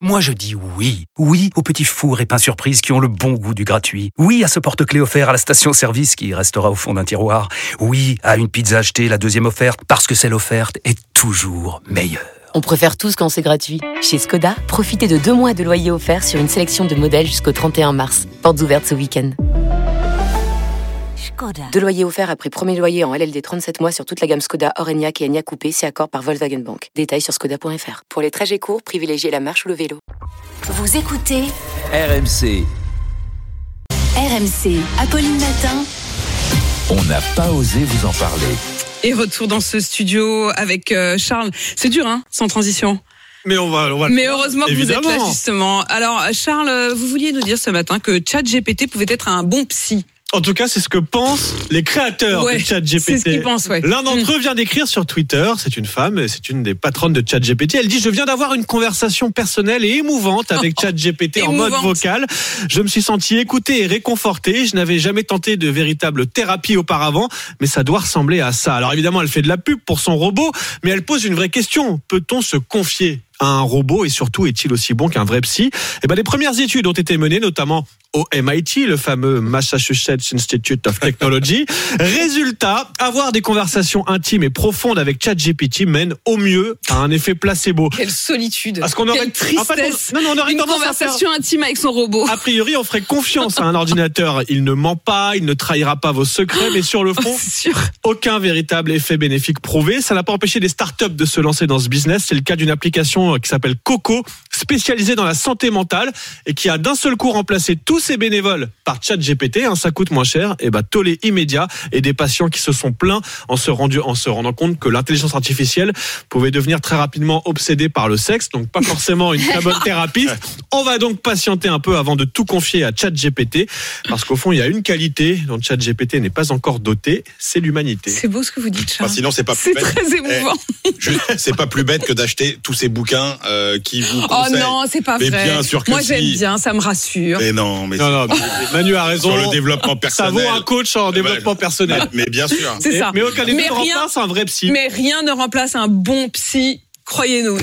Moi je dis oui. Oui aux petits fours et pains surprises qui ont le bon goût du gratuit. Oui à ce porte-clés offert à la station-service qui restera au fond d'un tiroir. Oui à une pizza achetée, la deuxième offerte, parce que celle offerte est toujours meilleure. On préfère tous quand c'est gratuit. Chez Skoda, profitez de 2 mois de loyer offert sur une sélection de modèles jusqu'au 31 mars. Portes ouvertes ce week-end. 2 loyers offerts après premier loyer en LLD 37 mois sur toute la gamme Skoda, Orenia et Enyaq Coupé, si accord par Volkswagen Bank. Détails sur skoda.fr. Pour les trajets courts, privilégiez la marche ou le vélo. Vous écoutez RMC. RMC, Apolline Matin. On n'a pas osé vous en parler. Et retour dans ce studio avec Charles. C'est dur, hein, sans transition. Mais on va Mais heureusement que vous êtes là, évidemment. justement. Alors, Charles, vous vouliez nous dire ce matin que ChatGPT pouvait être un bon psy. En tout cas, c'est ce que pensent les créateurs de ChatGPT. C'est ce qu'ils pensent, ouais. L'un d'entre eux vient d'écrire sur Twitter, c'est une femme, c'est une des patronnes de ChatGPT. Elle dit: je viens d'avoir une conversation personnelle et émouvante avec ChatGPT en mode vocal. Je me suis senti écouté et réconforté. Je n'avais jamais tenté de véritable thérapie auparavant, mais ça doit ressembler à ça. Alors évidemment, elle fait de la pub pour son robot, mais elle pose une vraie question. Peut-on se confier à un robot, et surtout, est-il aussi bon qu'un vrai psy? Les premières études ont été menées, notamment au MIT, le fameux Massachusetts Institute of Technology. Résultat, avoir des conversations intimes et profondes avec ChatGPT mène au mieux à un effet placebo. Quelle solitude. Parce qu'on aurait quelle tristesse. En fait, on aurait une conversation intime avec son robot. A priori, on ferait confiance à un ordinateur. Il ne ment pas, il ne trahira pas vos secrets, mais sur le fond, aucun véritable effet bénéfique prouvé. Ça n'a pas empêché des startups de se lancer dans ce business. C'est le cas d'une application qui s'appelle Coco, spécialisée dans la santé mentale et qui a d'un seul coup remplacé tous ses bénévoles par ChatGPT. Ça coûte moins cher. Tollé immédiat et des patients qui se sont plaints en se rendant compte que l'intelligence artificielle pouvait devenir très rapidement obsédée par le sexe, donc pas forcément une très bonne thérapie. On va donc patienter un peu avant de tout confier à ChatGPT, parce qu'au fond, il y a une qualité dont ChatGPT n'est pas encore doté, c'est l'humanité. C'est beau ce que vous dites, Charles. Sinon, c'est pas plus bête. C'est très émouvant. C'est pas plus bête que d'acheter tous ces bouquins qui vous conseillent. Oh non, c'est pas mais vrai. Bien sûr que moi, j'aime bien, ça me rassure. Mais non, Manu a raison. Sur le développement personnel. Ça vaut un coach en développement personnel. Mais bien sûr. C'est ça. Mais aucun des deux ne remplace un vrai psy. Mais rien ne remplace un bon psy, croyez-nous.